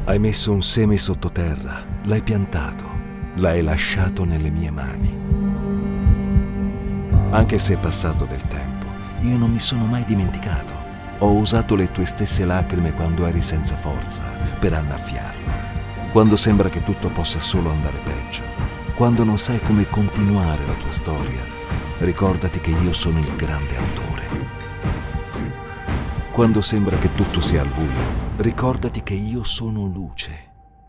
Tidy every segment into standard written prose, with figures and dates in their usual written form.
Hai messo un seme sottoterra, l'hai piantato, l'hai lasciato nelle mie mani. Anche se è passato del tempo, io non mi sono mai dimenticato. Ho usato le tue stesse lacrime quando eri senza forza per annaffiarlo. Quando sembra che tutto possa solo andare peggio, quando non sai come continuare la tua storia, ricordati che io sono il grande autore. Quando sembra che tutto sia al buio, ricordati che io sono luce.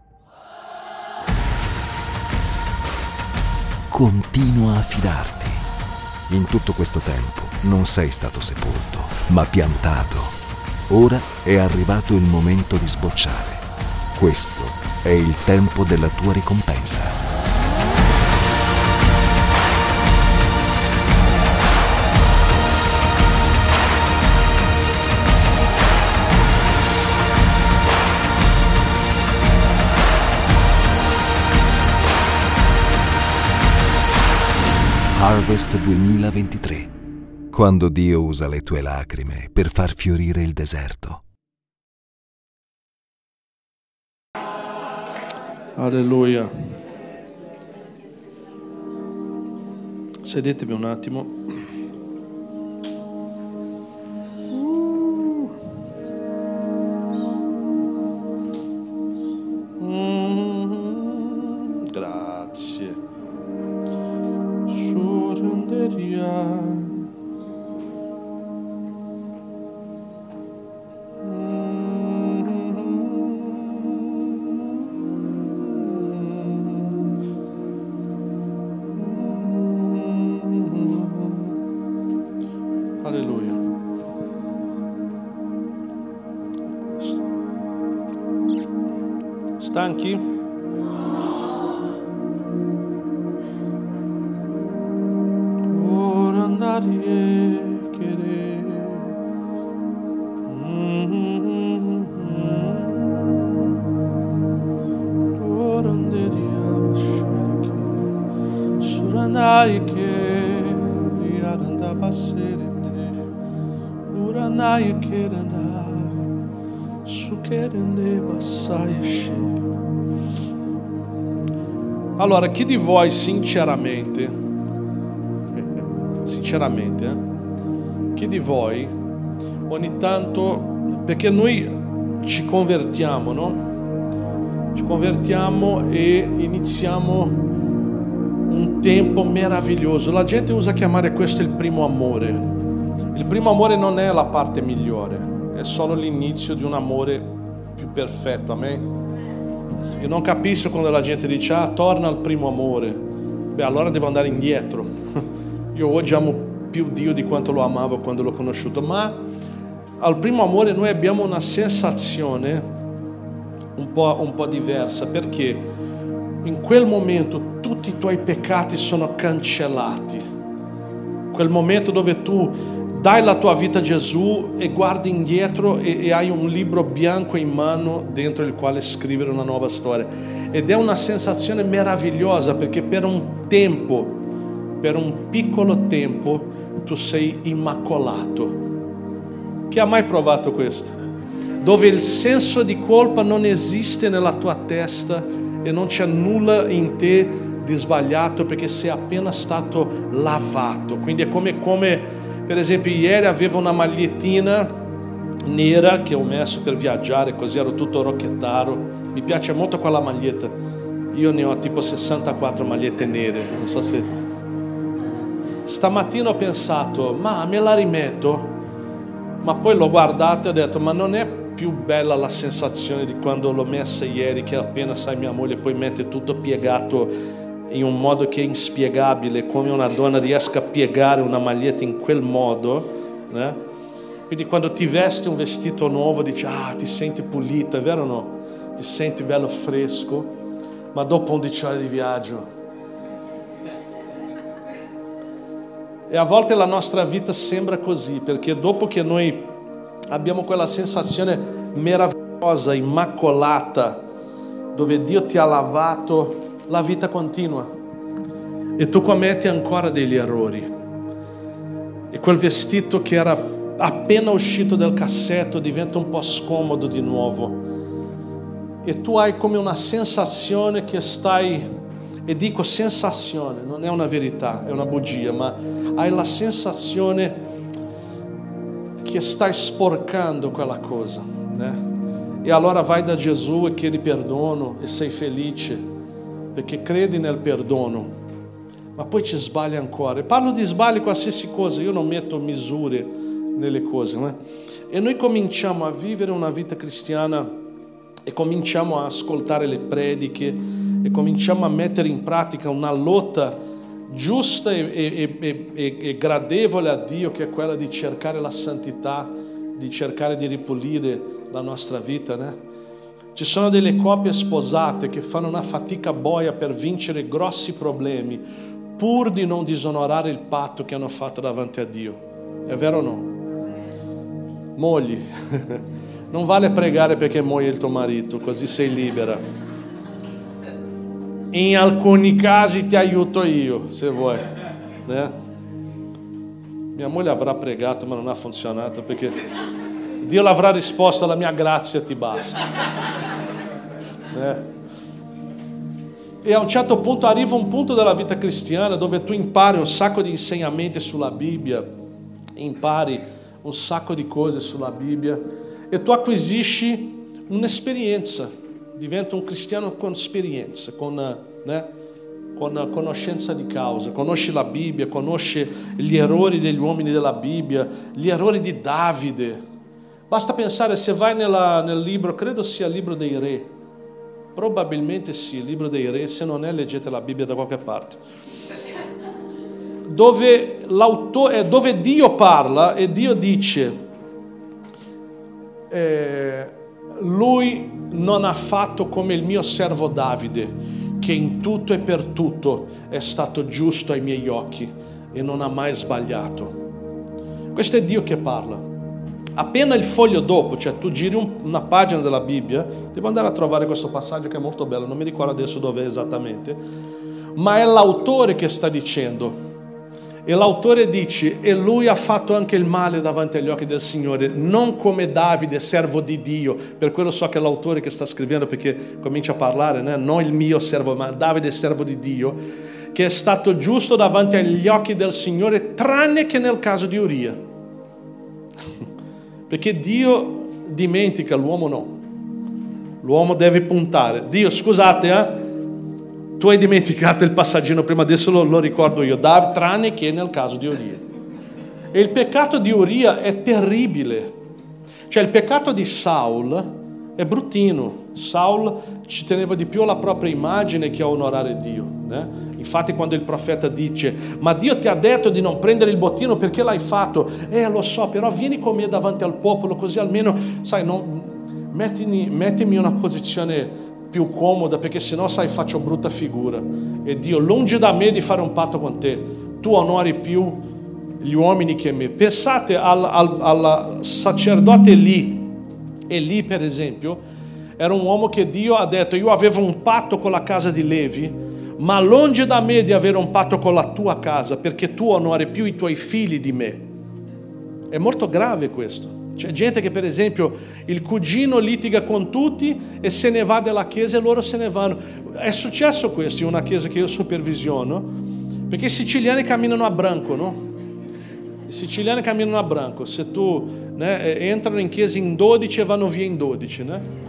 Continua a fidarti. In tutto questo tempo non sei stato sepolto, ma piantato. Ora è arrivato il momento di sbocciare. Questo è il tempo della tua ricompensa. Harvest 2023. Quando Dio usa le tue lacrime per far fiorire il deserto. Alleluia. Sedetevi un attimo. Grazie. Alleluia. Stanchi? Ora andare chiedere. Ora andare a scendere. Surandai che andava a passare. Uranai che andava su che rendeva assai. Allora, chi di voi sinceramente, chi di voi ogni tanto, perché noi ci convertiamo, no? Ci convertiamo e iniziamo un tempo meraviglioso. La gente usa chiamare questo il primo amore. Il primo amore non è la parte migliore, è solo l'inizio di un amore più perfetto. Amen? Io non capisco quando la gente dice torna al primo amore. Beh, allora devo andare indietro. Io oggi amo più Dio di quanto lo amavo quando l'ho conosciuto, ma al primo amore noi abbiamo una sensazione un po' diversa, perché in quel momento tutti i tuoi peccati sono cancellati. Quel momento dove tu dai la tua vita a Gesù e guardi indietro e hai un libro bianco in mano dentro il quale scrivere una nuova storia. Ed è una sensazione meravigliosa, perché per un piccolo tempo, tu sei immacolato. Chi ha mai provato questo? Dove il senso di colpa non esiste nella tua testa e non c'è nulla in te di sbagliato, perché sei appena stato lavato. Quindi è come per esempio ieri avevo una magliettina nera che ho messo per viaggiare, così ero tutto rocchettaro. Mi piace molto quella maglietta. Io ne ho tipo 64 magliette nere, non so se... Stamattina ho pensato, ma me la rimetto? Ma poi l'ho guardata e ho detto, ma non è più bella la sensazione di quando l'ho messa ieri, che appena sai mia moglie poi mette tutto piegato in un modo che è inspiegabile, come una donna riesca a piegare una maglietta in quel modo, né? Quindi quando ti vesti un vestito nuovo dici, ti senti pulito, è vero o no? Ti senti bello fresco, ma dopo 11 ore di viaggio. E a volte la nostra vita sembra così, perché dopo che noi abbiamo quella sensazione meravigliosa, immacolata, dove Dio ti ha lavato, la vita continua e tu commetti ancora degli errori, e quel vestito che era appena uscito dal cassetto diventa un po' scomodo di nuovo, e tu hai come una sensazione che stai, e dico sensazione, non è una verità, è una bugia, ma hai la sensazione che stai sporcando quella cosa, né? E allora vai da Gesù e chiedi perdono e sei felice perché credi nel perdono, ma poi ci sbagli ancora. E parlo di sbagli qualsiasi cosa, io non metto misure nelle cose, né? E noi cominciamo a vivere una vita cristiana e cominciamo a ascoltare le prediche e cominciamo a mettere in pratica una lotta giusta e gradevole a Dio, che è quella di cercare la santità, di cercare di ripulire la nostra vita, né? Ci sono delle coppie sposate che fanno una fatica boia per vincere grossi problemi pur di non disonorare il patto che hanno fatto davanti a Dio. È vero o no? Mogli, non vale pregare perché muoia il tuo marito, così sei libera. In alcuni casi ti aiuto io, se vuoi, né? Mia moglie avrà pregato ma non ha funzionato, perché Dio l'avrà risposto: alla mia grazia ti basta. E a un certo punto arriva un punto della vita cristiana dove tu impari un sacco di insegnamenti sulla Bibbia, impari un sacco di cose sulla Bibbia e tu acquisisci un'esperienza, diventa un cristiano con esperienza, con conoscenza di causa, conosci la Bibbia, conosci gli errori degli uomini della Bibbia, gli errori di Davide. Basta pensare, se vai nel libro, credo sia il libro dei Re, probabilmente sì, il libro dei Re, se non è leggete la Bibbia da qualche parte, dove Dio parla e Dio dice lui non ha fatto come il mio servo Davide, che in tutto e per tutto è stato giusto ai miei occhi e non ha mai sbagliato. Questo è Dio che parla. Appena il foglio dopo, cioè tu giri una pagina della Bibbia, devo andare a trovare questo passaggio che è molto bello, non mi ricordo adesso dove è esattamente, ma è l'autore che sta dicendo. E l'autore dice: e lui ha fatto anche il male davanti agli occhi del Signore, non come Davide, servo di Dio. Per quello so che è l'autore che sta scrivendo, perché comincia a parlare, né? Non il mio servo, ma Davide, servo di Dio, che è stato giusto davanti agli occhi del Signore, tranne che nel caso di Uria. Perché Dio dimentica, l'uomo no. L'uomo deve puntare. Dio, scusate, tu hai dimenticato il passaggino prima, adesso lo ricordo io, tranne che nel caso di Uria. E il peccato di Uria è terribile. Cioè il peccato di Saul è bruttino. Saul ci teneva di più alla propria immagine che a onorare Dio, né? Infatti quando il profeta dice: ma Dio ti ha detto di non prendere il bottino, perché l'hai fatto? Lo so, però vieni con me davanti al popolo, così almeno, sai, mettimi in una posizione più comoda, perché sennò, sai, faccio brutta figura. E Dio: lungi da me di fare un patto con te, tu onori più gli uomini che me. Pensate al sacerdote Eli, per esempio, era un uomo che Dio ha detto: io avevo un patto con la casa di Levi, ma lungi da me di avere un patto con la tua casa, perché tu onori più i tuoi figli di me. È molto grave questo. C'è gente che, per esempio, il cugino litiga con tutti e se ne va dalla chiesa e loro se ne vanno. È successo questo in una chiesa che io supervisiono, perché i siciliani camminano a branco, no? I siciliani camminano a branco. Se tu, entrano in chiesa in 12 e vanno via in 12, né?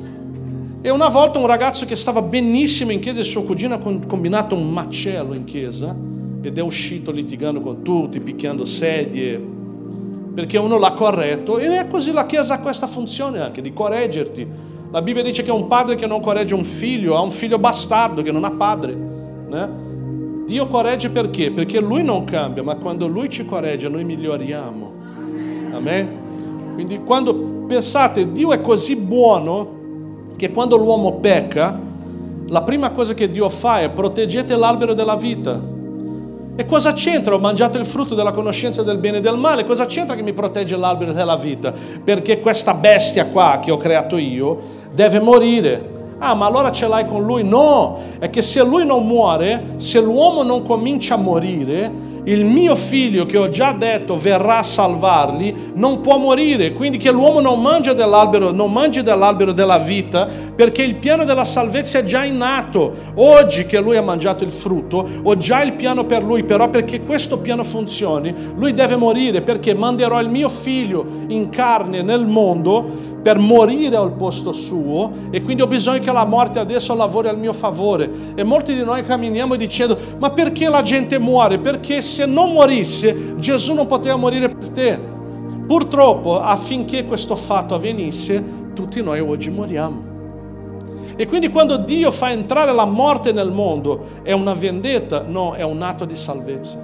E una volta un ragazzo che stava benissimo in chiesa e suo cugino ha combinato un macello in chiesa ed è uscito litigando con tutti, picchiando sedie, perché uno l'ha corretto. E è così, la chiesa ha questa funzione anche di correggerti. La Bibbia dice che un padre che non corregge un figlio ha un figlio bastardo che non ha padre, né? Dio corregge perché? Perché lui non cambia, ma quando lui ci corregge noi miglioriamo. Amen? Quindi quando pensate, Dio è così buono che quando l'uomo pecca, la prima cosa che Dio fa è: proteggete l'albero della vita. E cosa c'entra? Ho mangiato il frutto della conoscenza del bene e del male, cosa c'entra che mi protegge l'albero della vita? Perché questa bestia qua che ho creato io deve morire. Ah, ma allora ce l'hai con lui? No, è che se lui non muore, se l'uomo non comincia a morire, il mio figlio che ho già detto verrà a salvarli, non può morire. Quindi che l'uomo non mangi dell'albero della vita, perché il piano della salvezza è già in atto. Oggi che lui ha mangiato il frutto, ho già il piano per lui, però perché questo piano funzioni, lui deve morire, perché manderò il mio figlio in carne nel mondo per morire al posto suo, e quindi ho bisogno che la morte adesso lavori al mio favore. E molti di noi camminiamo dicendo: ma perché la gente muore? Perché se non morisse Gesù non poteva morire per te. Purtroppo, affinché questo fatto avvenisse, tutti noi oggi moriamo. E quindi quando Dio fa entrare la morte nel mondo, è una vendetta? No, è un atto di salvezza.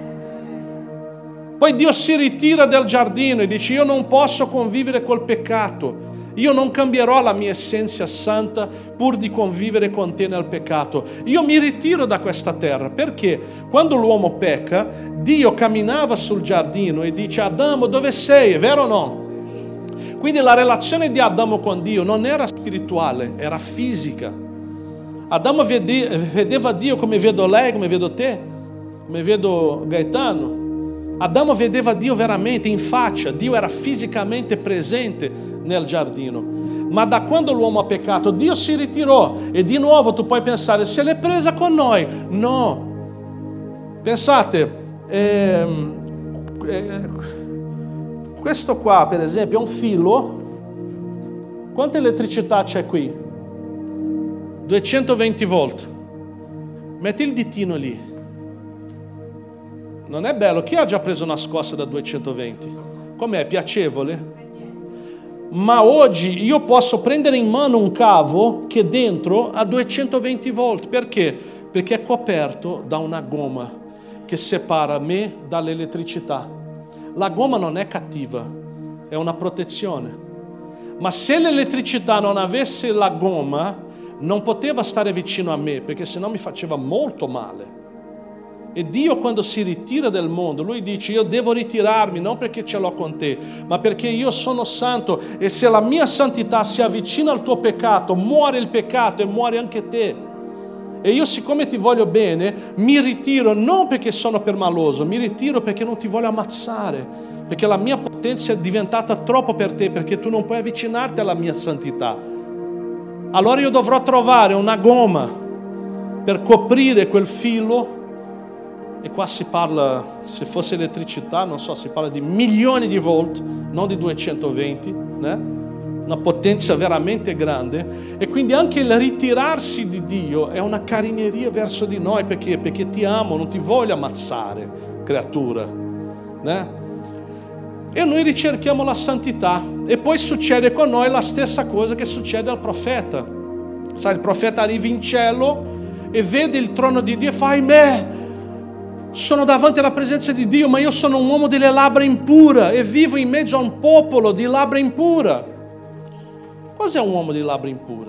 Poi Dio si ritira dal giardino e dice: io non posso convivere col peccato, io non cambierò la mia essenza santa pur di convivere con te nel peccato. Io mi ritiro da questa terra, perché quando l'uomo pecca, Dio camminava sul giardino e dice: Adamo, dove sei? È vero o no? Quindi la relazione di Adamo con Dio non era spirituale, era fisica. Adamo vedeva Dio come vedo lei, come vedo te, come vedo Gaetano. Adamo vedeva Dio veramente in faccia, Dio era fisicamente presente nel giardino. Ma da quando l'uomo ha peccato, Dio si ritirò, e di nuovo tu puoi pensare: se l'è presa con noi. No. Pensate, questo qua per esempio è un filo. Quanta elettricità c'è qui? 220 volt. Metti il ditino lì. Non è bello? Chi ha già preso una scossa da 220? Com'è? Piacevole? Ma oggi io posso prendere in mano un cavo che dentro ha 220 volt. Perché? Perché è coperto da una gomma che separa me dall'elettricità. La gomma non è cattiva, è una protezione. Ma se l'elettricità non avesse la gomma, non poteva stare vicino a me, perché sennò mi faceva molto male. E Dio, quando si ritira del mondo, lui dice: io devo ritirarmi non perché ce l'ho con te, ma perché io sono santo, e se la mia santità si avvicina al tuo peccato, muore il peccato e muore anche te. E io, siccome ti voglio bene, mi ritiro non perché sono permaloso, mi ritiro perché non ti voglio ammazzare, perché la mia potenza è diventata troppo per te, perché tu non puoi avvicinarti alla mia santità. Allora io dovrò trovare una gomma per coprire quel filo. E qua si parla, se fosse elettricità, non so, si parla di milioni di volt, non di 220, né? Una potenza veramente grande. E quindi anche il ritirarsi di Dio è una carineria verso di noi. Perché? Perché ti amo, non ti voglio ammazzare, creatura, né? E noi ricerchiamo la santità, e poi succede con noi la stessa cosa che succede al profeta. Sai, il profeta arriva in cielo e vede il trono di Dio e fa: ahimè, sono davanti alla presenza di Dio, ma io sono un uomo delle labbra impura e vivo in mezzo a un popolo di labbra impura. Cos'è un uomo di labbra impura?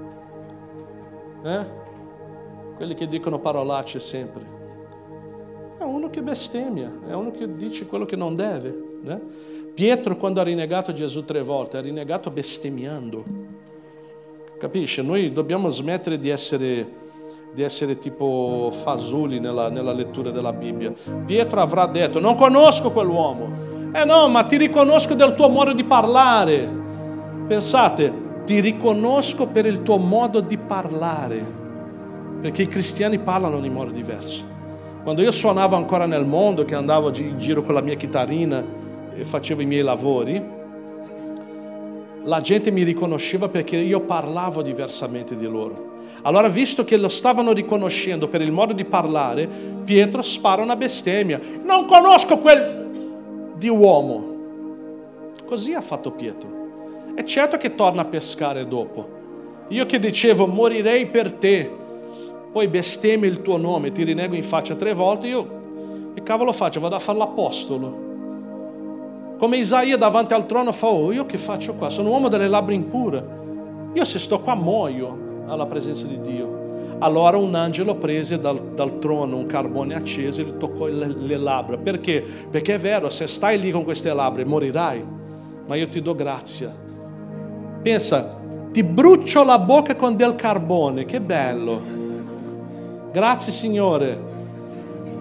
Quelli che dicono parolacce sempre. È uno che bestemmia, è uno che dice quello che non deve. Pietro, quando ha rinnegato Gesù 3 volte, ha rinnegato bestemmiando. Capisci? Noi dobbiamo smettere di essere tipo fasulli nella lettura della Bibbia. Pietro avrà detto: non conosco quell'uomo. No, ma ti riconosco del tuo modo di parlare. Pensate, ti riconosco per il tuo modo di parlare, perché i cristiani parlano in modo diverso. Quando io suonavo ancora nel mondo, che andavo in giro con la mia chitarrina e facevo i miei lavori, la gente mi riconosceva perché io parlavo diversamente di loro. Allora, visto che lo stavano riconoscendo per il modo di parlare, Pietro spara una bestemmia: non conosco quel di uomo. Così ha fatto Pietro. E certo che torna a pescare dopo. Io che dicevo: morirei per te, poi bestemmio il tuo nome, ti rinego in faccia 3 volte, io che cavolo faccio? Vado a fare l'apostolo. Come Isaia davanti al trono fa: oh, io che faccio qua? Sono un uomo delle labbra impure, io se sto qua muoio alla presenza di Dio. Allora un angelo prese dal trono un carbone acceso e gli toccò le labbra. Perché? Perché è vero, se stai lì con queste labbra morirai, ma io ti do grazia. Pensa, ti brucio la bocca con del carbone, che bello. Grazie Signore.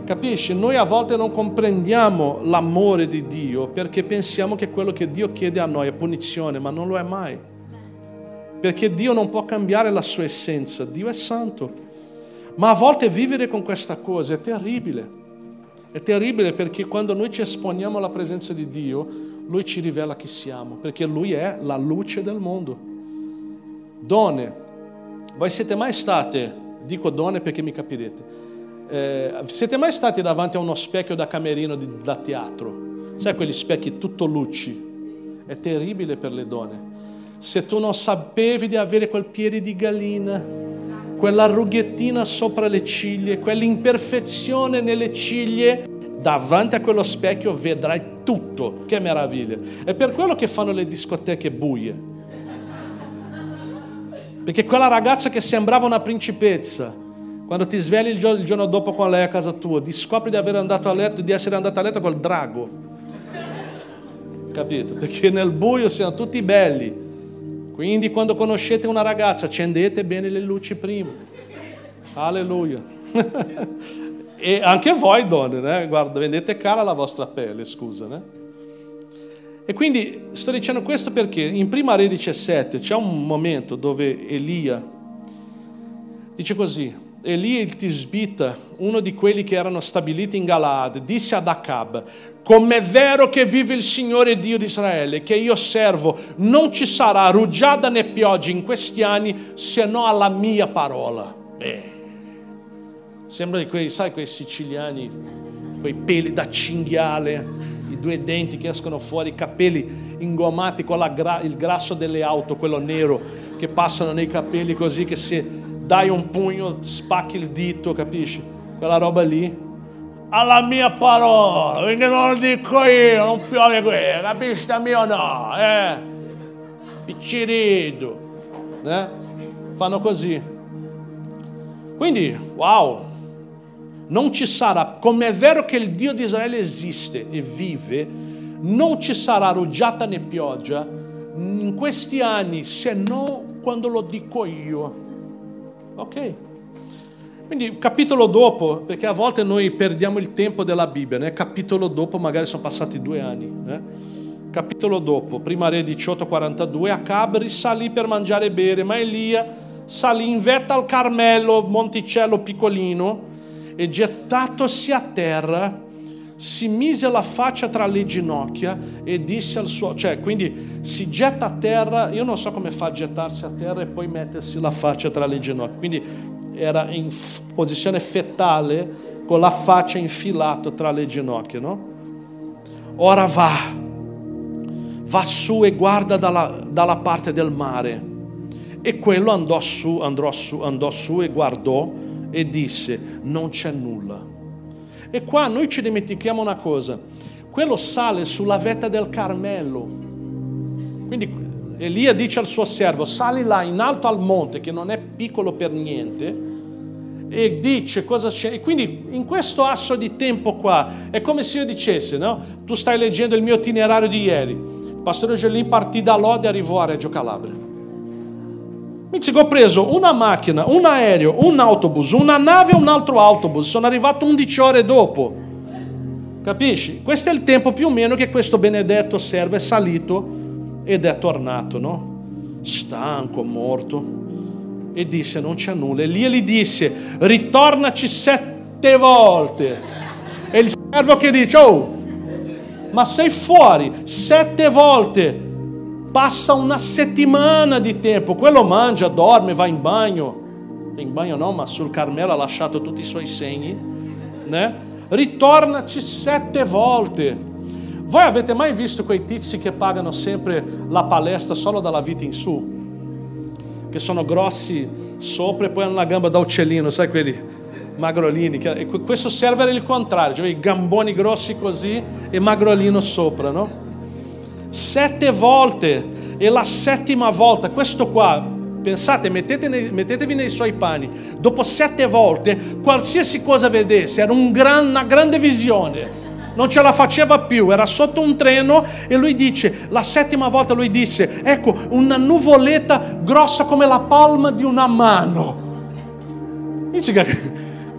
Capisci? Noi a volte non comprendiamo l'amore di Dio perché pensiamo che quello che Dio chiede a noi è punizione, ma non lo è mai. Perché Dio non può cambiare la sua essenza, Dio è santo. Ma a volte vivere con questa cosa è terribile. È terribile perché quando noi ci esponiamo alla presenza di Dio, Lui ci rivela chi siamo, perché Lui è la luce del mondo. Donne, voi siete mai state, dico donne perché mi capirete, siete mai stati davanti a uno specchio da camerino da teatro? Sai quegli specchi tutto lucci? È terribile per le donne. Se tu non sapevi di avere quel piede di gallina, quella rughettina sopra le ciglia, quell'imperfezione nelle ciglia, davanti a quello specchio vedrai tutto. Che meraviglia! È per quello che fanno le discoteche buie. Perché quella ragazza che sembrava una principessa, quando ti svegli il giorno dopo con lei a casa tua, ti scopri di aver andato a letto, di essere andato a letto col drago. Capito? Perché nel buio siamo tutti belli. Quindi quando conoscete una ragazza, accendete bene le luci prima. Alleluia. E anche voi donne, né? Guarda, vendete cara la vostra pelle, scusa, né? E quindi sto dicendo questo perché in Prima Re 17 c'è un momento dove Elia dice così: Elia il Tisbita, uno di quelli che erano stabiliti in Galaad, disse ad Acab: com'è vero che vive il Signore Dio di Israele, che io servo, non ci sarà rugiada né pioggia in questi anni se no alla mia parola. Sembra di quei, sai, quei siciliani, quei peli da cinghiale, i due denti che escono fuori, i capelli ingommati con il grasso delle auto, quello nero, che passano nei capelli così che se dai un pugno, spacchi il dito, capisci? Quella roba lì. Alla mia parola, perché non lo dico io, non piove qui, capisci mio no, Piccirido, Fanno così. Quindi, wow, non ci sarà, come è vero che il Dio di Israele esiste e vive, non ci sarà rugiada né pioggia in questi anni, se no quando lo dico io. Ok, quindi capitolo dopo, perché a volte noi perdiamo il tempo della Bibbia, né? Capitolo dopo magari sono passati 2 anni, né? Capitolo dopo, Prima Re 18:42, Acab risalì per mangiare e bere, ma Elia salì in vetta al Carmelo, monticello piccolino, e gettatosi a terra si mise la faccia tra le ginocchia e disse al suo, cioè quindi si getta a terra, io non so come fa a gettarsi a terra e poi mettersi la faccia tra le ginocchia, quindi era in posizione fetale con la faccia infilata tra le ginocchia, no? Ora va su e guarda dalla parte del mare. E quello andò su e guardò e disse: non c'è nulla. E qua noi ci dimentichiamo una cosa: quello sale sulla vetta del Carmelo. Quindi Elia dice al suo servo: sali là in alto al monte, che non è piccolo per niente, e dice cosa c'è. E quindi in questo asso di tempo qua è come se io dicessi, no? Tu stai leggendo il mio itinerario di ieri. Il pastore Gelin partì da Lodi e arrivò a Reggio Calabria. Mi ho preso una macchina, un aereo, un autobus, una nave e un altro autobus. Sono arrivato 11 ore dopo. Capisci? Questo è il tempo più o meno che questo benedetto servo è salito ed è tornato, no? Stanco, morto. E disse: non c'è nulla. Elia gli disse: ritornaci 7 volte. E il servo che dice: oh, ma sei fuori 7 volte. Passa una settimana di tempo, quello mangia, dorme, va in bagno no, ma sul Carmelo ha lasciato tutti i suoi segni, né? Ritornaci 7 volte. Voi avete mai visto quei tizi che pagano sempre la palestra solo dalla vita in su? Che sono grossi sopra e poi hanno la gamba da uccellino, sai quelli magrolini? E questo serve era il contrario, cioè i gamboni grossi così e magrolino sopra, no? 7 volte, e la 7ª volta, questo qua, pensate, mettetevi nei suoi panni, dopo 7 volte, qualsiasi cosa vedesse, era una grande visione, non ce la faceva più, era sotto un treno e lui dice, la 7ª volta lui disse, ecco, una nuvoletta grossa come la palma di una mano. Dice,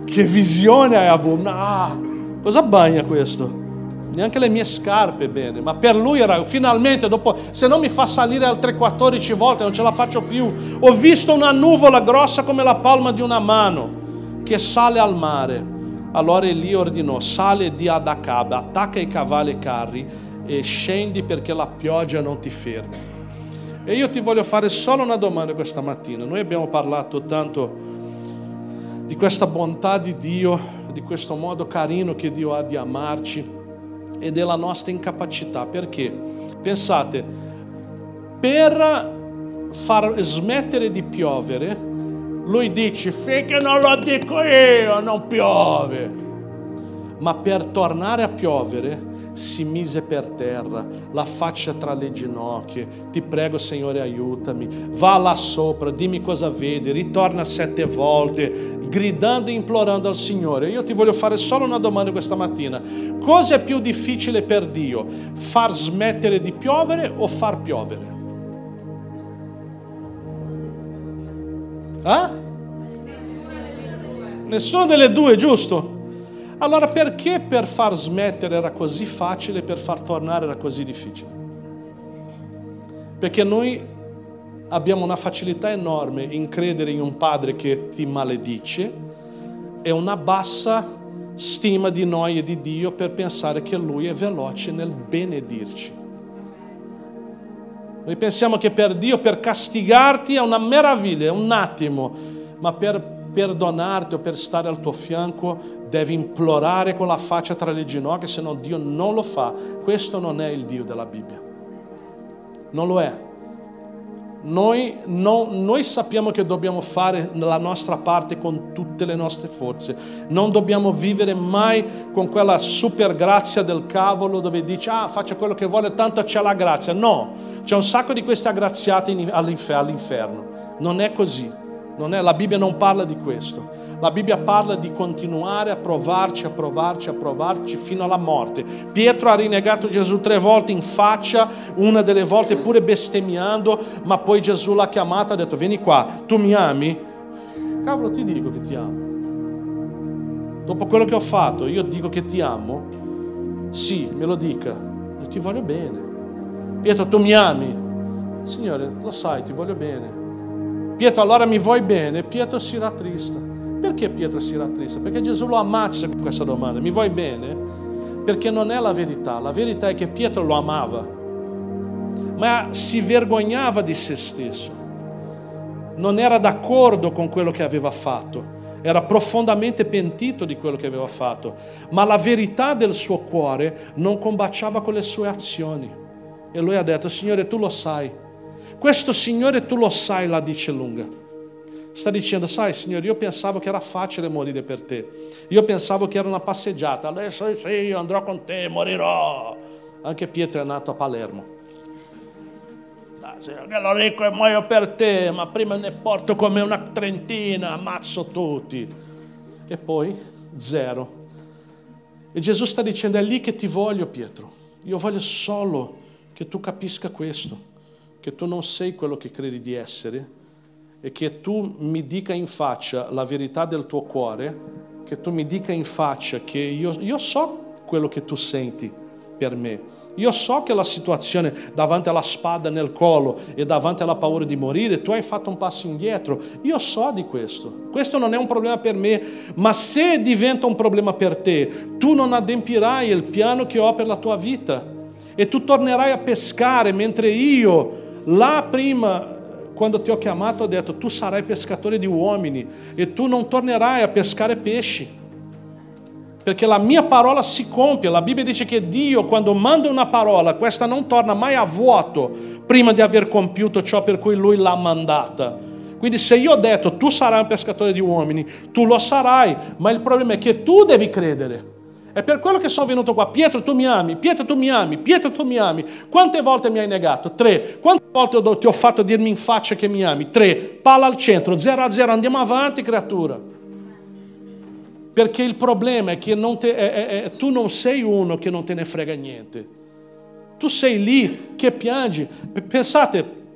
Che visione hai avuto? No, cosa bagna questo? Neanche le mie scarpe bene, ma per lui era finalmente, dopo, se non mi fa salire altre 14 volte non ce la faccio più. Ho visto una nuvola grossa come la palma di una mano che sale al mare. Allora Elia ordinò: sale e di ad Acab, attacca i cavalli e i carri e scendi perché la pioggia non ti fermi. E io ti voglio fare solo una domanda questa mattina. Noi abbiamo parlato tanto di questa bontà di Dio, di questo modo carino che Dio ha di amarci e della nostra incapacità. Perché? Pensate, per far smettere di piovere, lui dice: finché non lo dico io non piove. Ma per tornare a piovere si mise per terra, la faccia tra le ginocchia: ti prego Signore aiutami, va là sopra, dimmi cosa vedi, ritorna 7 volte, gridando e implorando al Signore. Io ti voglio fare solo una domanda questa mattina: cosa è più difficile per Dio, far smettere di piovere o far piovere? Nessuna delle due, giusto? Allora perché per far smettere era così facile e per far tornare era così difficile? Perché noi abbiamo una facilità enorme in credere in un padre che ti maledice e una bassa stima di noi e di Dio per pensare che Lui è veloce nel benedirci. Noi pensiamo che per Dio, per castigarti è una meraviglia, è un attimo, ma per perdonarti o per stare al tuo fianco devi implorare con la faccia tra le ginocchia, se no Dio non lo fa. Questo non è il Dio della Bibbia, non lo è. Noi sappiamo che dobbiamo fare la nostra parte con tutte le nostre forze, non dobbiamo vivere mai con quella super grazia del cavolo dove dici: faccio quello che vuole, tanto c'è la grazia. No, c'è un sacco di queste aggraziate all'inferno. Non è così. La Bibbia non parla di questo. La Bibbia parla di continuare a provarci fino alla morte. Pietro ha rinnegato Gesù 3 volte in faccia, una delle volte pure bestemmiando, ma poi Gesù l'ha chiamato e ha detto: vieni qua, tu mi ami? Cavolo, ti dico che ti amo. Dopo quello che ho fatto, io dico che ti amo? Sì, me lo dica. Io ti voglio bene. Pietro, tu mi ami? Signore, lo sai, ti voglio bene. Pietro, allora mi vuoi bene? Pietro si rattrista. Perché Pietro si rattrista? Perché Gesù lo ammazza con questa domanda: mi vuoi bene? Perché non è la verità. La verità è che Pietro lo amava, ma si vergognava di se stesso. Non era d'accordo con quello che aveva fatto. Era profondamente pentito di quello che aveva fatto. Ma la verità del suo cuore non combaciava con le sue azioni. E lui ha detto: Signore, tu lo sai. Questo Signore, tu lo sai, la dice lunga. Sta dicendo: sai Signore, io pensavo che era facile morire per te, io pensavo che era una passeggiata, adesso sì, io andrò con te, morirò. Anche Pietro è nato a Palermo. Signore, che lo dico e muoio per te, ma prima ne porto come una trentina, ammazzo tutti. E poi zero. E Gesù sta dicendo: è lì che ti voglio, Pietro. Io voglio solo che tu capisca questo, che tu non sei quello che credi di essere, e che tu mi dica in faccia la verità del tuo cuore, che tu mi dica in faccia che io so quello che tu senti per me. Io so che la situazione davanti alla spada nel collo e davanti alla paura di morire, tu hai fatto un passo indietro. Io so di questo. Questo non è un problema per me, ma se diventa un problema per te, tu non adempirai il piano che ho per la tua vita e tu tornerai a pescare, mentre io là prima, quando ti ho chiamato, ho detto: tu sarai pescatore di uomini e tu non tornerai a pescare pesci, perché la mia parola si compie. La Bibbia dice che Dio, quando manda una parola, questa non torna mai a vuoto prima di aver compiuto ciò per cui Lui l'ha mandata. Quindi se io ho detto: tu sarai un pescatore di uomini, tu lo sarai, ma il problema è che tu devi credere. È per quello che sono venuto qua. Pietro, tu mi ami? Pietro, tu mi ami? Pietro, tu mi ami? Quante volte mi hai negato? 3. Quante volte ti ho fatto dirmi in faccia che mi ami? 3. Palla al centro, 0-0, andiamo avanti, creatura. Perché il problema è che tu non sei uno che non te ne frega niente. Tu sei lì che piangi. Pensate,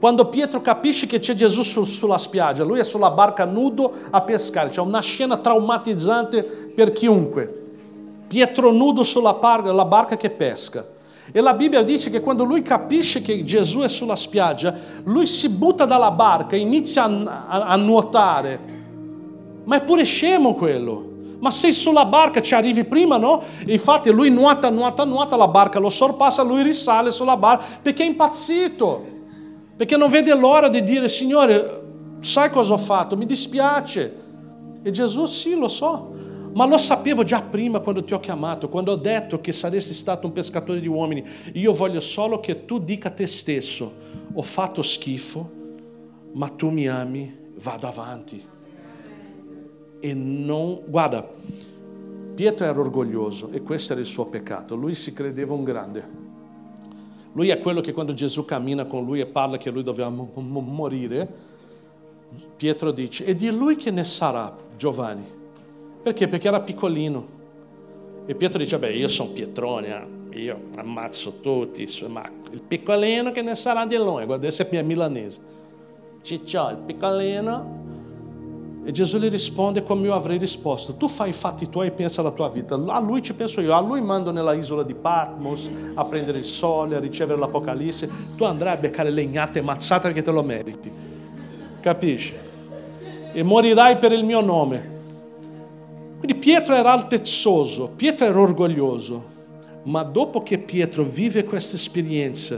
Quando Pietro capisce che c'è Gesù sulla spiaggia, lui è sulla barca nudo a pescare, c'è una scena traumatizzante per chiunque. Pietro nudo sulla barca che pesca. E la Bibbia dice che quando lui capisce che Gesù è sulla spiaggia, lui si butta dalla barca, inizia a nuotare. Ma è pure scemo quello. Ma sei sulla barca, ci arrivi prima, no? E infatti lui nuota, la barca lo sorpassa, lui risale sulla barca perché è impazzito. Perché non vede l'ora di dire: Signore, sai cosa ho fatto? Mi dispiace. E Gesù: sì, lo so. Ma lo sapevo già prima quando ti ho chiamato, quando ho detto che saresti stato un pescatore di uomini. Io voglio solo che tu dica a te stesso: ho fatto schifo, ma tu mi ami, vado avanti. E non, guarda, Pietro era orgoglioso e questo era il suo peccato. Lui si credeva un grande. Lui è quello che quando Gesù cammina con lui e parla che lui doveva morire, Pietro dice: e di lui che ne sarà, Giovanni? Perché? Perché era piccolino. E Pietro dice: beh, io sono Pietrone, io ammazzo tutti, ma il piccolino che ne sarà di lui? Guarda, adesso è milanese. Ciccio, il piccolino. E Gesù gli risponde come io avrei risposto: tu fai i fatti tuoi e pensa alla tua vita, a lui ci penso io, a lui mando nella isola di Patmos a prendere il sole, a ricevere l'Apocalisse, tu andrai a beccare legnate e mazzate perché te lo meriti, capisci? E morirai per il mio nome. Quindi Pietro era altezzoso, Pietro era orgoglioso, ma dopo che Pietro vive questa esperienza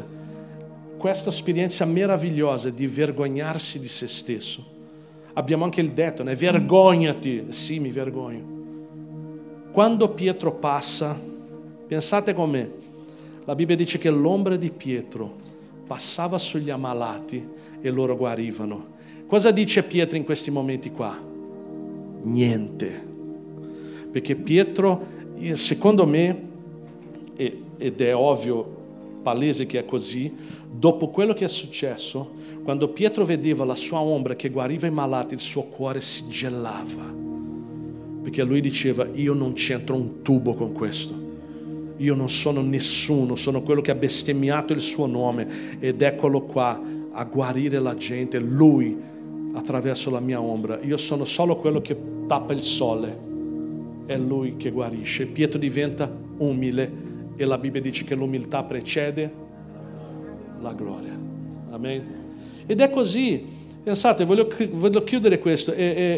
meravigliosa di vergognarsi di se stesso, abbiamo anche il detto, né? Vergognati. Sì, mi vergogno. Quando Pietro passa, pensate con me, la Bibbia dice che l'ombra di Pietro passava sugli ammalati e loro guarivano. Cosa dice Pietro in questi momenti qua? Niente. Perché Pietro, secondo me, ed è ovvio, palese che è così, dopo quello che è successo, quando Pietro vedeva la sua ombra che guariva i malati, il suo cuore si gelava. Perché lui diceva: io non c'entro un tubo con questo. Io non sono nessuno, sono quello che ha bestemmiato il suo nome. Ed eccolo qua a guarire la gente, lui attraverso la mia ombra. Io sono solo quello che tappa il sole. È lui che guarisce. Pietro diventa umile e la Bibbia dice che l'umiltà precede la gloria. Amen. Ed è così. Pensate, voglio chiudere questo.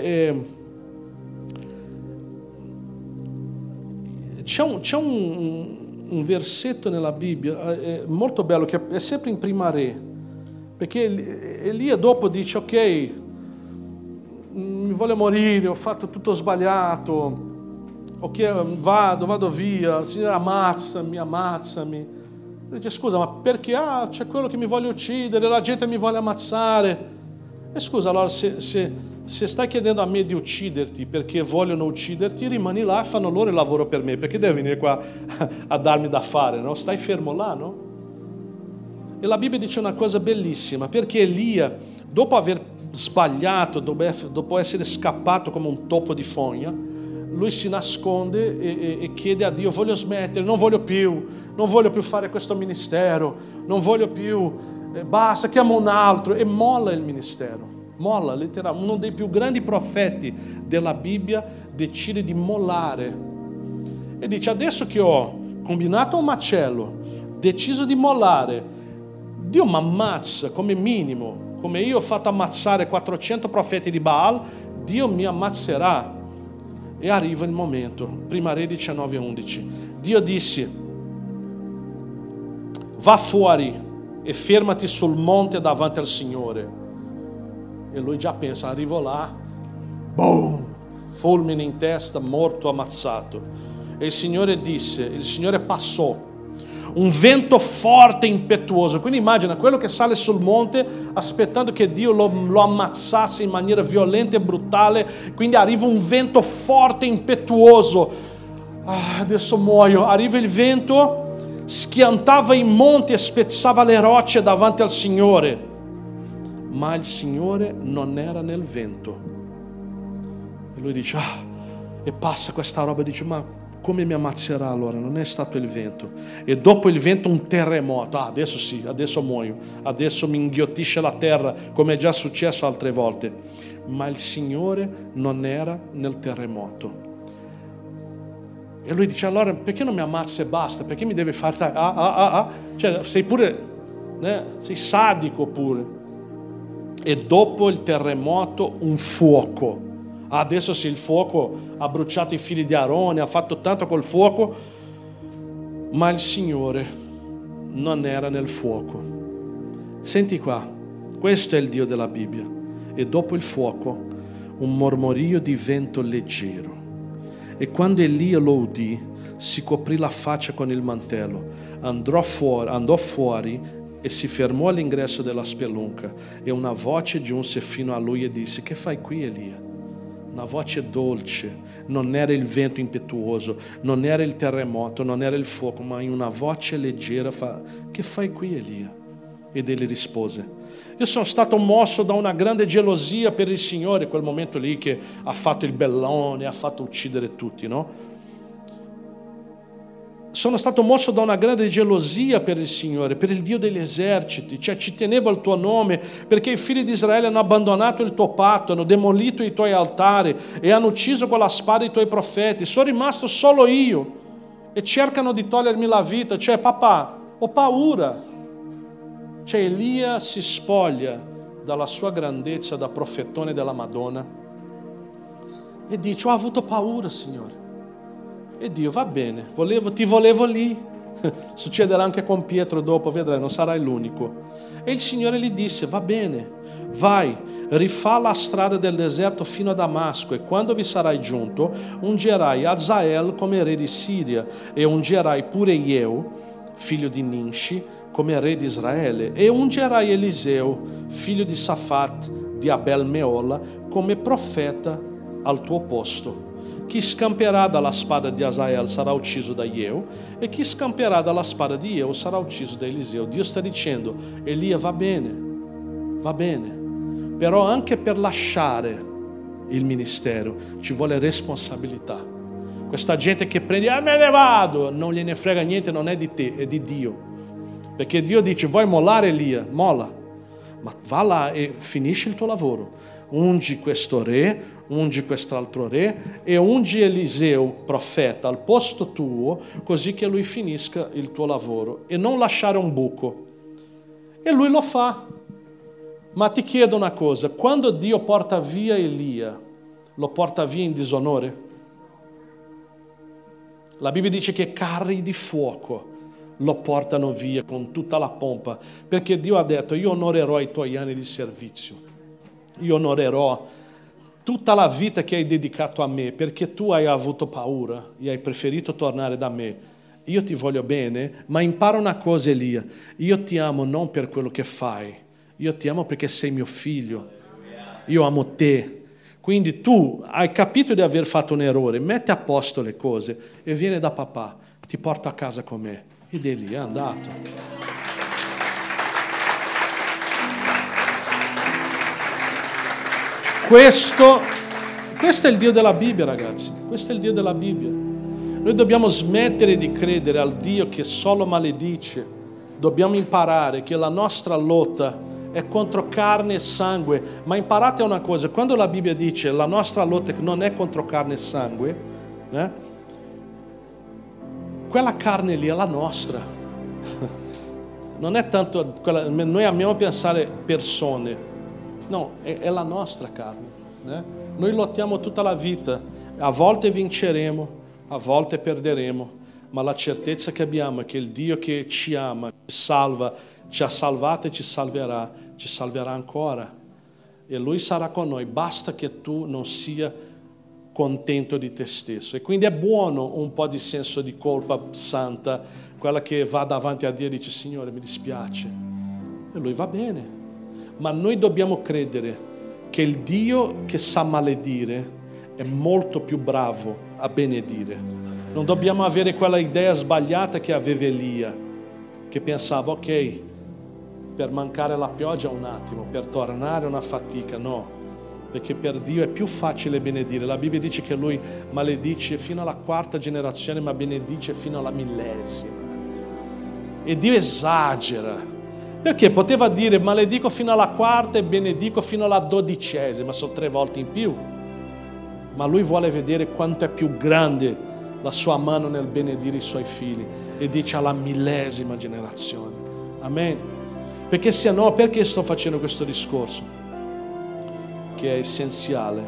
C'è un versetto nella Bibbia molto bello che è sempre in Prima Re, perché Elia dopo dice: ok, mi voglio morire, ho fatto tutto sbagliato, ok, vado via, il Signore ammazzami. Dice: scusa, ma perché? C'è quello che mi vuole uccidere, la gente mi vuole ammazzare. E scusa, allora se stai chiedendo a me di ucciderti perché vogliono ucciderti, rimani là e fanno loro il lavoro per me, perché devi venire qua a darmi da fare, no? Stai fermo là, no? E la Bibbia dice una cosa bellissima, perché Elia, dopo aver sbagliato, dopo essere scappato come un topo di fogna, lui si nasconde e chiede a Dio: voglio smettere, non voglio più fare questo ministero, non voglio più, basta, chiamo un altro, e molla il ministero, molla letteralmente. Uno dei più grandi profeti della Bibbia decide di mollare e dice: adesso che ho combinato un macello, deciso di mollare, Dio mi ammazza come minimo, come io ho fatto ammazzare 400 profeti di Baal, Dio mi ammazzerà. E arriva il momento, Prima Re 19:11. Dio disse: va fuori e fermati sul monte davanti al Signore. E lui già pensa: arrivo là, boom, fulmine in testa, morto, ammazzato. E il Signore passò, un vento forte e impetuoso. Quindi immagina quello che sale sul monte aspettando che Dio lo ammazzasse in maniera violenta e brutale. Quindi arriva un vento forte e impetuoso. Adesso muoio. Arriva il vento, schiantava i monti e spezzava le rocce davanti al Signore. Ma il Signore non era nel vento. E lui dice: e passa questa roba, dice: ma come mi ammazzerà allora? Non è stato il vento. E dopo il vento un terremoto. Adesso sì, adesso muoio. Adesso mi inghiottisce la terra, come è già successo altre volte. Ma il Signore non era nel terremoto. E lui dice, allora perché non mi ammazza e basta? Perché mi deve fare... Cioè, sei pure... sei sadico pure. E dopo il terremoto un fuoco. Adesso sì, il fuoco ha bruciato i figli di Aarone, ha fatto tanto col fuoco, ma il Signore non era nel fuoco. Senti qua, questo è il Dio della Bibbia. E dopo il fuoco un mormorio di vento leggero. E quando Elia lo udì, si coprì la faccia con il mantello, andò fuori e si fermò all'ingresso della spelunca. E una voce giunse fino a lui e disse, che fai qui, Elia? Una voce dolce, non era il vento impetuoso, non era il terremoto, non era il fuoco, ma in una voce leggera fa, che fai qui, Elia? Ed egli rispose, io sono stato mosso da una grande gelosia per il Signore, quel momento lì che ha fatto il bellone, ha fatto uccidere tutti, no? Sono stato mosso da una grande gelosia per il Signore, per il Dio degli eserciti, cioè ci tenevo al tuo nome, perché i figli di Israele hanno abbandonato il tuo patto, hanno demolito i tuoi altari e hanno ucciso con la spada i tuoi profeti. Sono rimasto solo io e cercano di togliermi la vita. Cioè, papà, ho paura. Cioè, Elia si spoglia dalla sua grandezza da profetone della Madonna e dice, ho avuto paura, Signore. E Dio, va bene, ti volevo lì. Succederà anche con Pietro dopo, vedrai, non sarai l'unico. E il Signore gli disse, va bene, vai, rifà la strada del deserto fino a Damasco e quando vi sarai giunto, ungerai Azael come re di Siria e ungerai pure Jehù, figlio di Ninshi, come re di Israele e ungerai Eliseo, figlio di Safat, di Abel Meola, come profeta al tuo posto. Chi scamperà dalla spada di Azael sarà ucciso da Jehù e chi scamperà dalla spada di Jehù sarà ucciso da Eliseo. Dio sta dicendo, Elia, va bene, però anche per lasciare il ministero ci vuole responsabilità. Questa gente che prende, me ne vado, non gliene frega niente, non è di te, è di Dio. Perché Dio dice, vuoi mollare Elia? Molla, ma va là e finisci il tuo lavoro. Ungi questo re, ungi quest'altro re e ungi Eliseo, profeta, al posto tuo, così che lui finisca il tuo lavoro e non lasciare un buco. E lui lo fa. Ma ti chiedo una cosa, quando Dio porta via Elia, lo porta via in disonore? La Bibbia dice che carri di fuoco lo portano via con tutta la pompa, perché Dio ha detto, io onorerò i tuoi anni di servizio, io onorerò tutta la vita che hai dedicato a me, perché tu hai avuto paura e hai preferito tornare da me. Io ti voglio bene, ma impara una cosa, Elia, io ti amo non per quello che fai, io ti amo perché sei mio figlio, io amo te. Quindi tu hai capito di aver fatto un errore, metti a posto le cose e vieni da papà, ti porto a casa con me. Ed Elia è andato. Questo è il Dio della Bibbia, ragazzi. Questo è il Dio della Bibbia. Noi dobbiamo smettere di credere al Dio che solo maledice. Dobbiamo imparare che la nostra lotta è contro carne e sangue. Ma imparate una cosa, quando la Bibbia dice la nostra lotta non è contro carne e sangue, quella carne lì è la nostra. Non è tanto quella, noi amiamo pensare persone, no, è la nostra carne. Noi lottiamo tutta la vita, a volte vinceremo, a volte perderemo, ma la certezza che abbiamo è che il Dio che ci ama, ci salva, ci ha salvato e ci salverà ancora. E Lui sarà con noi, basta che tu non sia contento di te stesso. E quindi è buono un po' di senso di colpa santa, quella che va davanti a Dio e dice, Signore, mi dispiace. E Lui va bene. Ma noi dobbiamo credere che il Dio che sa maledire è molto più bravo a benedire. Non dobbiamo avere quella idea sbagliata che aveva Elia, che pensava, ok, per mancare la pioggia un attimo, per tornare una fatica. No, perché per Dio è più facile benedire. La Bibbia dice che Lui maledice fino alla 4ª generazione, ma benedice fino alla 1000ª. E Dio esagera, perché poteva dire maledico fino alla 4ª e benedico fino alla 12ª, sono 3 volte in più. Ma Lui vuole vedere quanto è più grande la sua mano nel benedire i suoi figli, e dice alla 1000ª generazione. Amen. Perché se no, perché sto facendo questo discorso? Che è essenziale.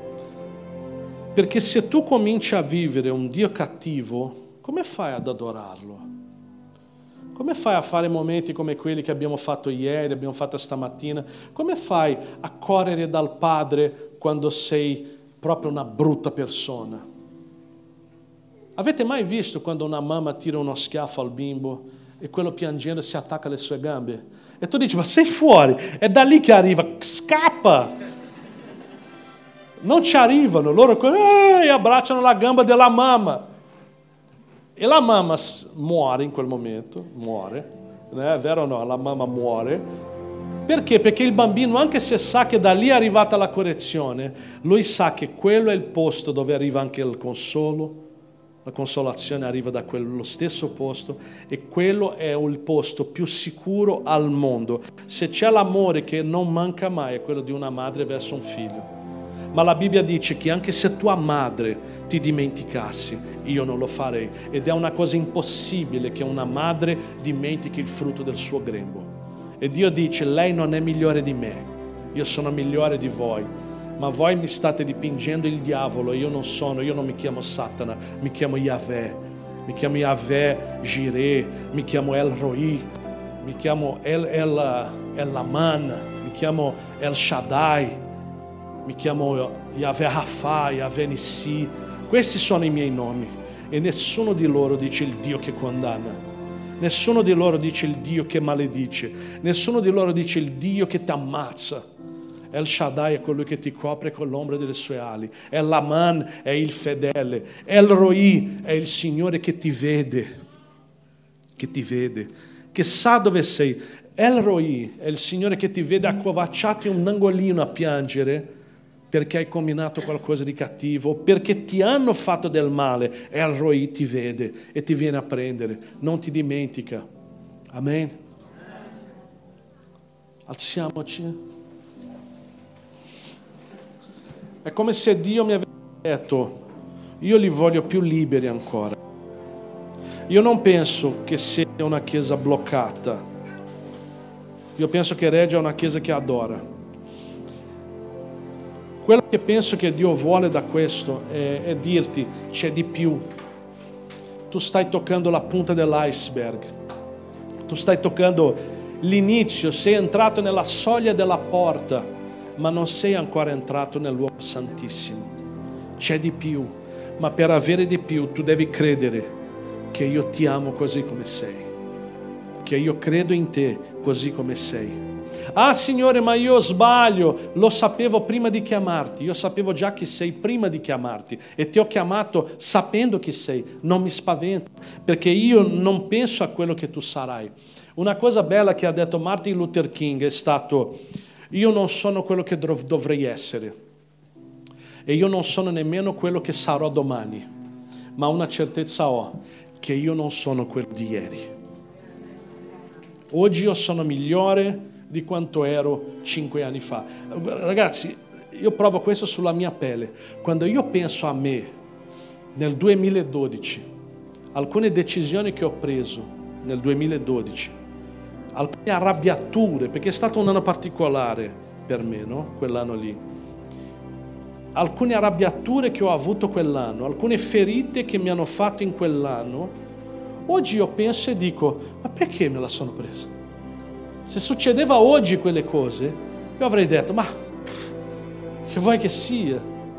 Perché se tu cominci a vivere un Dio cattivo, come fai ad adorarlo? Come fai a fare momenti come quelli che abbiamo fatto ieri, abbiamo fatto stamattina? Come fai a correre dal Padre quando sei proprio una brutta persona? Avete mai visto quando una mamma tira uno schiaffo al bimbo e quello piangendo si attacca alle sue gambe? E tu dici, ma sei fuori? È da lì che arriva, scappa! Non ci arrivano, loro abbracciano la gamba della mamma. E la mamma muore in quel momento, muore, è vero o no? La mamma muore. Perché? Perché il bambino, anche se sa che da lì è arrivata la correzione, lui sa che quello è il posto dove arriva anche il consolo, la consolazione arriva da quello stesso posto, e quello è il posto più sicuro al mondo. Se c'è l'amore che non manca mai, è quello di una madre verso un figlio. Ma la Bibbia dice che anche se tua madre ti dimenticassi, io non lo farei. Ed è una cosa impossibile che una madre dimentichi il frutto del suo grembo. E Dio dice, lei non è migliore di me, io sono migliore di voi. Ma voi mi state dipingendo il diavolo, io non mi chiamo Satana, mi chiamo Yahweh. Mi chiamo Yahweh Jireh, mi chiamo El Roi, mi chiamo El Laman, mi chiamo El Shaddai. Mi chiamo Yahweh Rafa, Yahweh Nissi. Questi sono i miei nomi. E nessuno di loro dice il Dio che condanna. Nessuno di loro dice il Dio che maledice. Nessuno di loro dice il Dio che ti ammazza. El Shaddai è colui che ti copre con l'ombra delle sue ali. El Laman è il fedele. El Roi è il Signore che ti vede. Che ti vede. Che sa dove sei. El Roi è il Signore che ti vede accovacciato in un angolino a piangere perché hai combinato qualcosa di cattivo, perché ti hanno fatto del male. El Roi ti vede e ti viene a prendere, non ti dimentica. Amen. Alziamoci. È come se Dio mi avesse detto, io li voglio più liberi ancora. Io non penso che sia una chiesa bloccata. Io penso che Reggio è una chiesa che adora. Quello che penso che Dio vuole da questo è dirti, c'è di più. Tu stai toccando la punta dell'iceberg. Tu stai toccando l'inizio, sei entrato nella soglia della porta, ma non sei ancora entrato nel luogo santissimo. C'è di più, ma per avere di più tu devi credere che io ti amo così come sei, che io credo in te così come sei. Ah Signore, ma io sbaglio, lo sapevo prima di chiamarti, io sapevo già chi sei prima di chiamarti e ti ho chiamato sapendo chi sei, non mi spavento, perché io non penso a quello che tu sarai. Una cosa bella che ha detto Martin Luther King è stato, io non sono quello che dovrei essere e io non sono nemmeno quello che sarò domani, ma una certezza ho, che io non sono quello di ieri. Oggi io sono migliore di quanto ero 5 anni fa. Ragazzi, io provo questo sulla mia pelle. Quando io penso a me nel 2012, alcune decisioni che ho preso nel 2012, alcune arrabbiature, perché è stato un anno particolare per me, no? Quell'anno lì. Alcune arrabbiature che ho avuto quell'anno, alcune ferite che mi hanno fatto in quell'anno, oggi io penso e dico, ma perché me la sono presa? Se succedeva oggi quelle cose, io avrei detto, ma che vuoi che sia?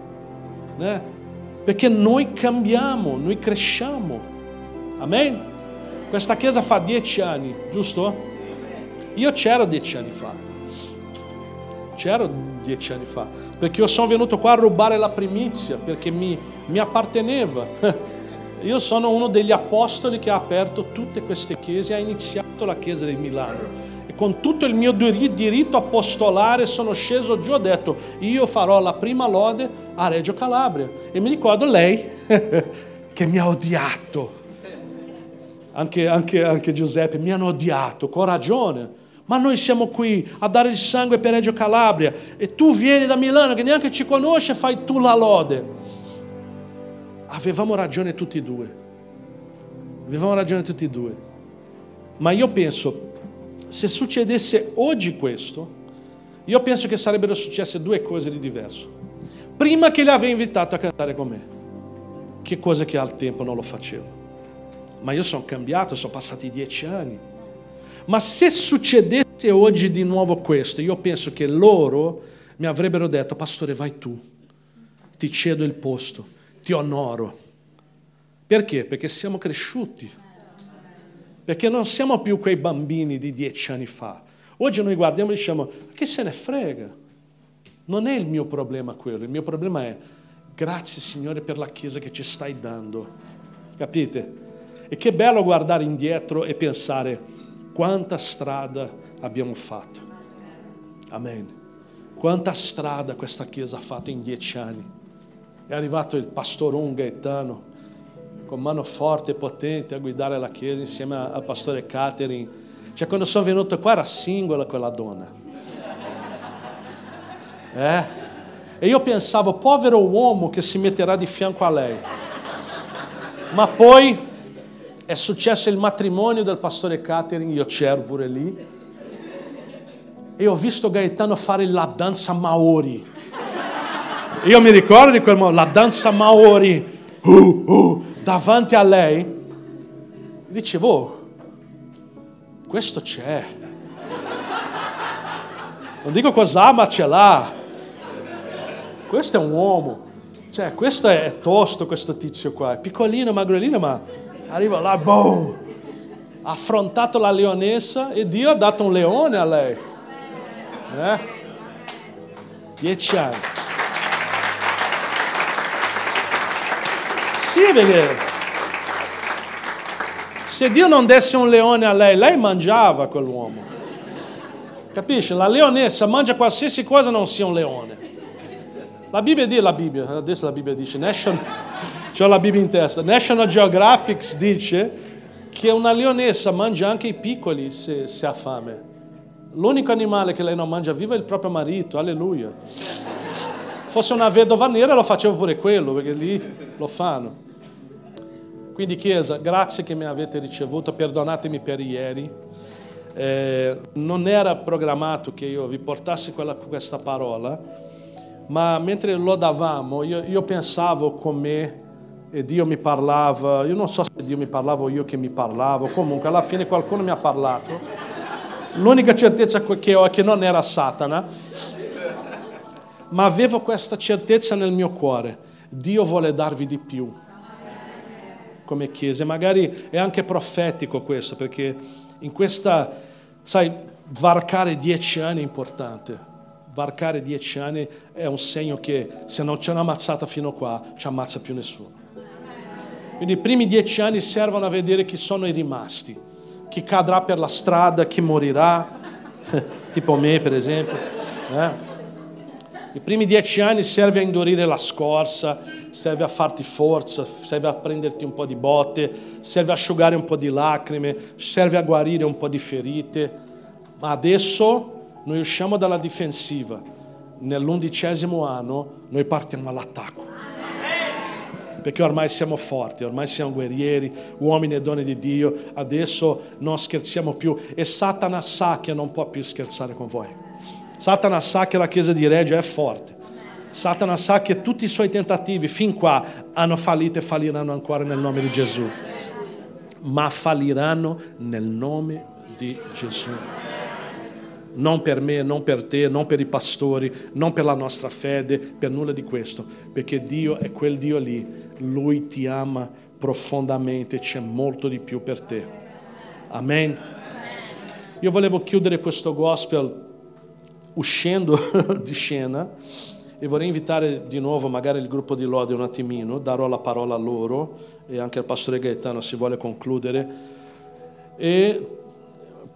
Perché noi cambiamo, noi cresciamo. Amen? Questa chiesa fa 10 anni, giusto? Io c'ero 10 anni fa. C'ero 10 anni fa. Perché io sono venuto qua a rubare la primizia, perché mi apparteneva. Io sono uno degli apostoli che ha aperto tutte queste chiese, ha iniziato la chiesa di Milano. E con tutto il mio diritto apostolare sono sceso giù, ho detto, io farò la prima lode a Reggio Calabria. E mi ricordo lei che mi ha odiato. Anche Giuseppe, mi hanno odiato, con ragione. Ma noi siamo qui a dare il sangue per Reggio Calabria e tu vieni da Milano che neanche ci conosce e fai tu la lode. Avevamo ragione tutti e due. Ma io penso, se succedesse oggi questo, io penso che sarebbero successe due cose di diverso. Prima che li avevo invitato a cantare con me, che cosa che al tempo non lo facevo. Ma io sono cambiato, sono passati 10 anni. Ma se succedesse oggi di nuovo questo, io penso che loro mi avrebbero detto, pastore, vai tu, ti cedo il posto, ti onoro. Perché? Perché siamo cresciuti. Perché non siamo più quei bambini di 10 anni fa. Oggi noi guardiamo e diciamo, che se ne frega? Non è il mio problema quello, il mio problema è, grazie Signore per la Chiesa che ci stai dando. Capite? E che bello guardare indietro e pensare, quanta strada abbiamo fatto. Amen. Quanta strada questa Chiesa ha fatto in 10 anni. È arrivato il pastor Gaetano, con mano forte e potente a guidare la Chiesa insieme al pastore Catherine. Cioè quando sono venuto qua era singola quella donna. E io pensavo, povero uomo che si metterà di fianco a lei. Ma poi è successo il matrimonio del pastore Catherine, io c'ero pure lì, e ho visto Gaetano fare la danza Maori. Io mi ricordo di quel momento, la danza Maori, davanti a lei. Dicevo, questo c'è. Non dico cos'ha, ma ce l'ha. Questo è un uomo. Cioè, questo è tosto, questo tizio qua. È piccolino, magrolino, ma arriva là, boom, ha affrontato la leonessa e Dio ha dato un leone a lei. 10 anni. Sì, perché se Dio non desse un leone a lei mangiava quell'uomo. Capisci? La leonessa mangia qualsiasi cosa non sia un leone. La Bibbia adesso la Bibbia dice, c'ho la Bibbia in testa. National Geographic dice che una leonessa mangia anche i piccoli se ha fame. L'unico animale che lei non mangia vivo è il proprio marito, alleluia. Fosse una vedova nera lo facevo pure quello, perché lì lo fanno. Quindi Chiesa, grazie che mi avete ricevuto, perdonatemi per ieri. Non era programmato che io vi portassi questa parola, ma mentre lodavamo io pensavo con me e Dio mi parlava. Io non so se Dio mi parlava o io che mi parlavo, comunque alla fine qualcuno mi ha parlato. L'unica certezza che ho è che non era Satana, ma avevo questa certezza nel mio cuore: Dio vuole darvi di più come Chiesa. Magari è anche profetico questo, perché in questa, sai, varcare 10 anni è importante. Varcare 10 anni è un segno che se non ci hanno ammazzato fino a qua, ci ammazza più nessuno. Quindi i primi 10 anni servono a vedere chi sono i rimasti, chi cadrà per la strada, chi morirà, tipo me per esempio. I primi 10 anni serve a indurire la scorza, serve a farti forza, serve a prenderti un po' di botte, serve a asciugare un po' di lacrime, serve a guarire un po' di ferite. Ma adesso noi usciamo dalla difensiva, nell'11° anno noi partiamo all'attacco. Perché ormai siamo forti, ormai siamo guerrieri, uomini e donne di Dio, adesso non scherziamo più e Satana sa che non può più scherzare con voi. Satana sa che la Chiesa di Reggio è forte. Satana sa che tutti i suoi tentativi fin qua hanno fallito e falliranno ancora nel nome di Gesù. Ma falliranno nel nome di Gesù. Non per me, non per te, non per i pastori, non per la nostra fede, per nulla di questo, perché Dio è quel Dio lì, Lui ti ama profondamente, c'è molto di più per te. Amen. Io volevo chiudere questo gospel uscendo di scena e vorrei invitare di nuovo magari il gruppo di lode un attimino, darò la parola a loro e anche al pastore Gaetano si vuole concludere. E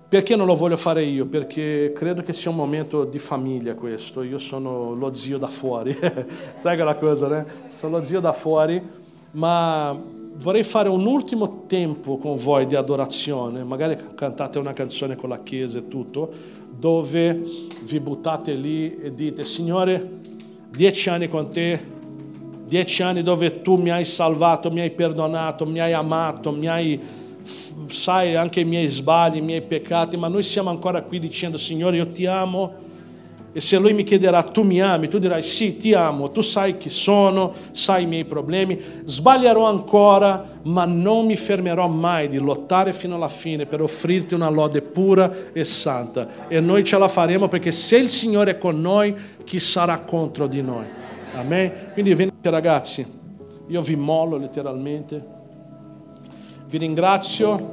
Perché non lo voglio fare io? Perché credo che sia un momento di famiglia questo. Io sono lo zio da fuori, sai quella cosa, né? Sono lo zio da fuori, ma vorrei fare un ultimo tempo con voi di adorazione. Magari cantate una canzone con la chiesa e tutto, dove vi buttate lì e dite: Signore, 10 anni con te, 10 anni dove tu mi hai salvato, mi hai perdonato, mi hai amato, sai anche i miei sbagli, i miei peccati, ma noi siamo ancora qui dicendo: Signore, io ti amo. E se Lui mi chiederà: tu mi ami? Tu dirai: sì, ti amo, tu sai chi sono, sai i miei problemi, sbaglierò ancora, ma non mi fermerò mai di lottare fino alla fine per offrirti una lode pura e santa. E noi ce la faremo, perché se il Signore è con noi, chi sarà contro di noi? Amen? Quindi venite ragazzi, io vi mollo letteralmente. Vi ringrazio.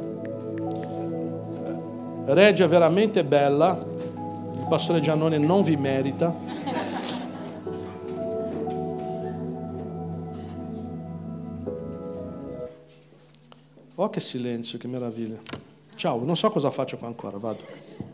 Regia è veramente bella. Il pastore Giannone non vi merita. Oh, che silenzio, che meraviglia. Ciao, non so cosa faccio qua ancora, vado.